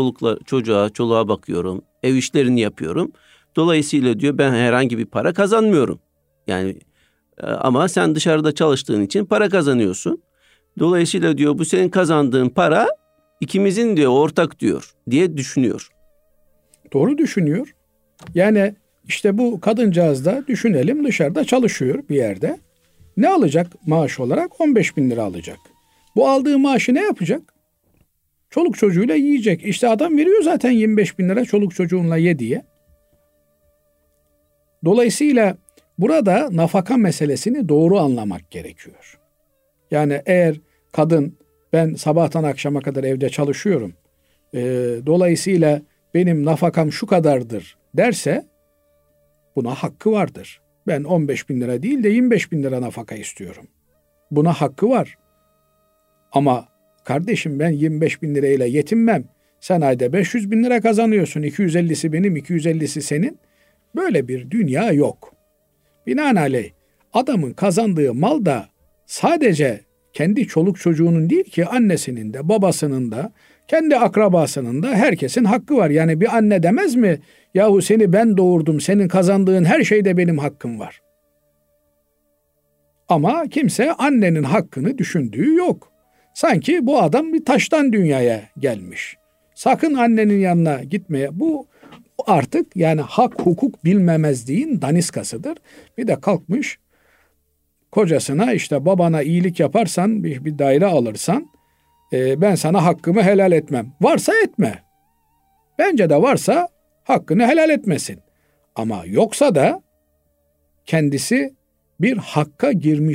çoluğa bakıyorum, ev işlerini yapıyorum. Dolayısıyla diyor ben herhangi bir para kazanmıyorum. Yani ama sen dışarıda çalıştığın için para kazanıyorsun. Dolayısıyla diyor bu senin kazandığın para ikimizin diyor ortak diyor diye düşünüyor. Doğru düşünüyor. Yani işte bu kadıncağız da düşünelim dışarıda çalışıyor bir yerde. Ne alacak maaş olarak? 15 bin lira alacak. Bu aldığı maaşı ne yapacak? Çoluk çocuğuyla yiyecek. İşte adam veriyor zaten 25 bin lira çoluk çocuğunla ye diye. Dolayısıyla burada nafaka meselesini doğru anlamak gerekiyor. Yani eğer kadın ben sabahtan akşama kadar evde çalışıyorum. Dolayısıyla benim nafakam şu kadardır derse buna hakkı vardır. Ben 15 bin lira değil de 25 bin lira nafaka istiyorum. Buna hakkı var. Ama kardeşim ben 25 bin lirayla yetinmem. Sen ayda 500 bin lira kazanıyorsun. 250'si benim, 250'si senin. Böyle bir dünya yok. Binaenaleyh adamın kazandığı mal da sadece kendi çoluk çocuğunun değil ki annesinin de babasının da kendi akrabasının da herkesin hakkı var. Yani bir anne demez mi? Yahu seni ben doğurdum, senin kazandığın her şeyde benim hakkım var. Ama kimse annenin hakkını düşündüğü yok. Sanki bu adam bir taştan dünyaya gelmiş. Sakın annenin yanına gitmeye. Bu artık yani hak hukuk bilmemezliğin daniskasıdır. Bir de kalkmış kocasına işte babana iyilik yaparsan bir daire alırsan ben sana hakkımı helal etmem. Varsa etme. Bence de varsa hakkını helal etmesin. Ama yoksa da kendisi bir hakka girmiş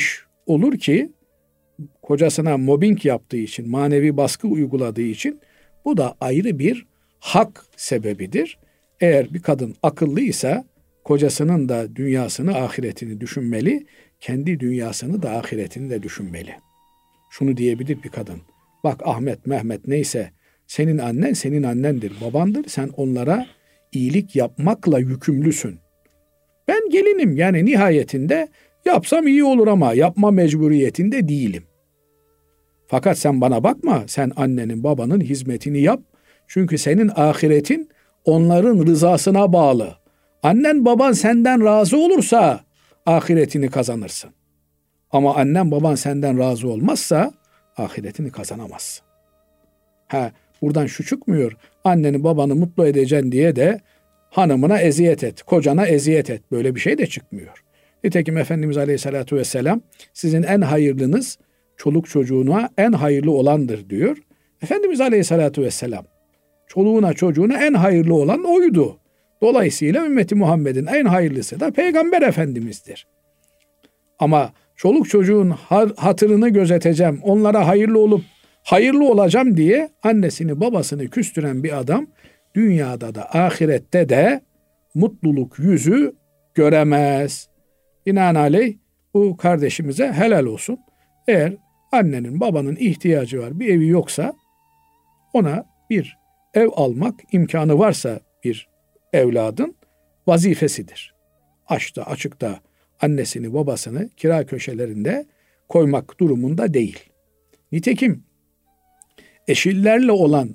olur ki kocasına mobbing yaptığı için, manevi baskı uyguladığı için bu da ayrı bir hak sebebidir. Eğer bir kadın akıllıysa kocasının da dünyasını, ahiretini düşünmeli, kendi dünyasını da ahiretini de düşünmeli. Şunu diyebilir bir kadın: bak Ahmet, Mehmet neyse senin annen senin annendir, babandır. Sen onlara iyilik yapmakla yükümlüsün. Ben gelinim, yani nihayetinde yapsam iyi olur ama yapma mecburiyetinde değilim. Fakat sen bana bakma, sen annenin babanın hizmetini yap. Çünkü senin ahiretin onların rızasına bağlı. Annen baban senden razı olursa ahiretini kazanırsın. Ama annen baban senden razı olmazsa ahiretini kazanamazsın. Buradan şu çıkmıyor: anneni babanı mutlu edeceksin diye de hanımına eziyet et, kocana eziyet et. Böyle bir şey de çıkmıyor. Nitekim Efendimiz Aleyhisselatü Vesselam sizin en hayırlınız çoluk çocuğuna en hayırlı olandır diyor. Efendimiz Aleyhisselatü Vesselam çoluğuna çocuğuna en hayırlı olan oydu. Dolayısıyla ümmeti Muhammed'in en hayırlısı da Peygamber Efendimiz'dir. Ama çoluk çocuğun hatırını gözeteceğim, onlara hayırlı olup hayırlı olacağım diye annesini babasını küstüren bir adam dünyada da ahirette de mutluluk yüzü göremez. Binaenaleyh bu kardeşimize helal olsun. Eğer annenin babanın ihtiyacı var, bir evi yoksa ona bir ev almak imkanı varsa bir evladın vazifesidir. Açta açıkta annesini babasını kira köşelerinde koymak durumunda değil. Nitekim eşillerle olan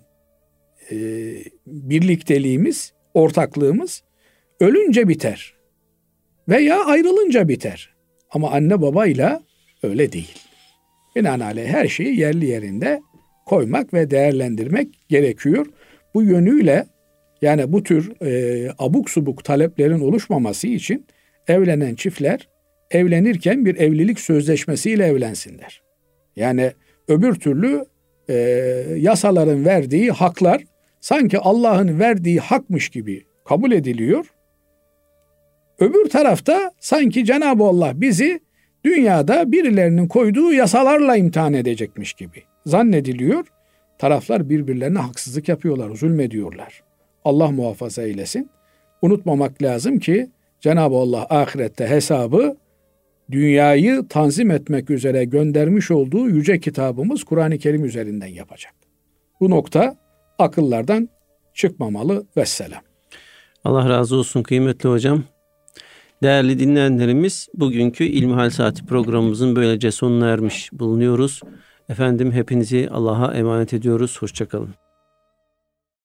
birlikteliğimiz, ortaklığımız ölünce biter veya ayrılınca biter. Ama anne babayla öyle değil. Binaenaleyh her şeyi yerli yerinde koymak ve değerlendirmek gerekiyor. Bu yönüyle yani bu tür abuk subuk taleplerin oluşmaması için evlenen çiftler evlenirken bir evlilik sözleşmesiyle evlensinler. Yani öbür türlü yasaların verdiği haklar sanki Allah'ın verdiği hakmış gibi kabul ediliyor. Öbür tarafta sanki Cenab-ı Allah bizi dünyada birilerinin koyduğu yasalarla imtihan edecekmiş gibi zannediliyor. Taraflar birbirlerine haksızlık yapıyorlar, zulmediyorlar. Allah muhafaza eylesin. Unutmamak lazım ki Cenab-ı Allah ahirette hesabı dünyayı tanzim etmek üzere göndermiş olduğu yüce kitabımız Kur'an-ı Kerim üzerinden yapacak. Bu nokta akıllardan çıkmamalı. Vesselam. Allah razı olsun kıymetli hocam. Değerli dinleyenlerimiz, bugünkü İlmihal Saati programımızın böylece sonuna ermiş bulunuyoruz. Efendim hepinizi Allah'a emanet ediyoruz. Hoşça kalın.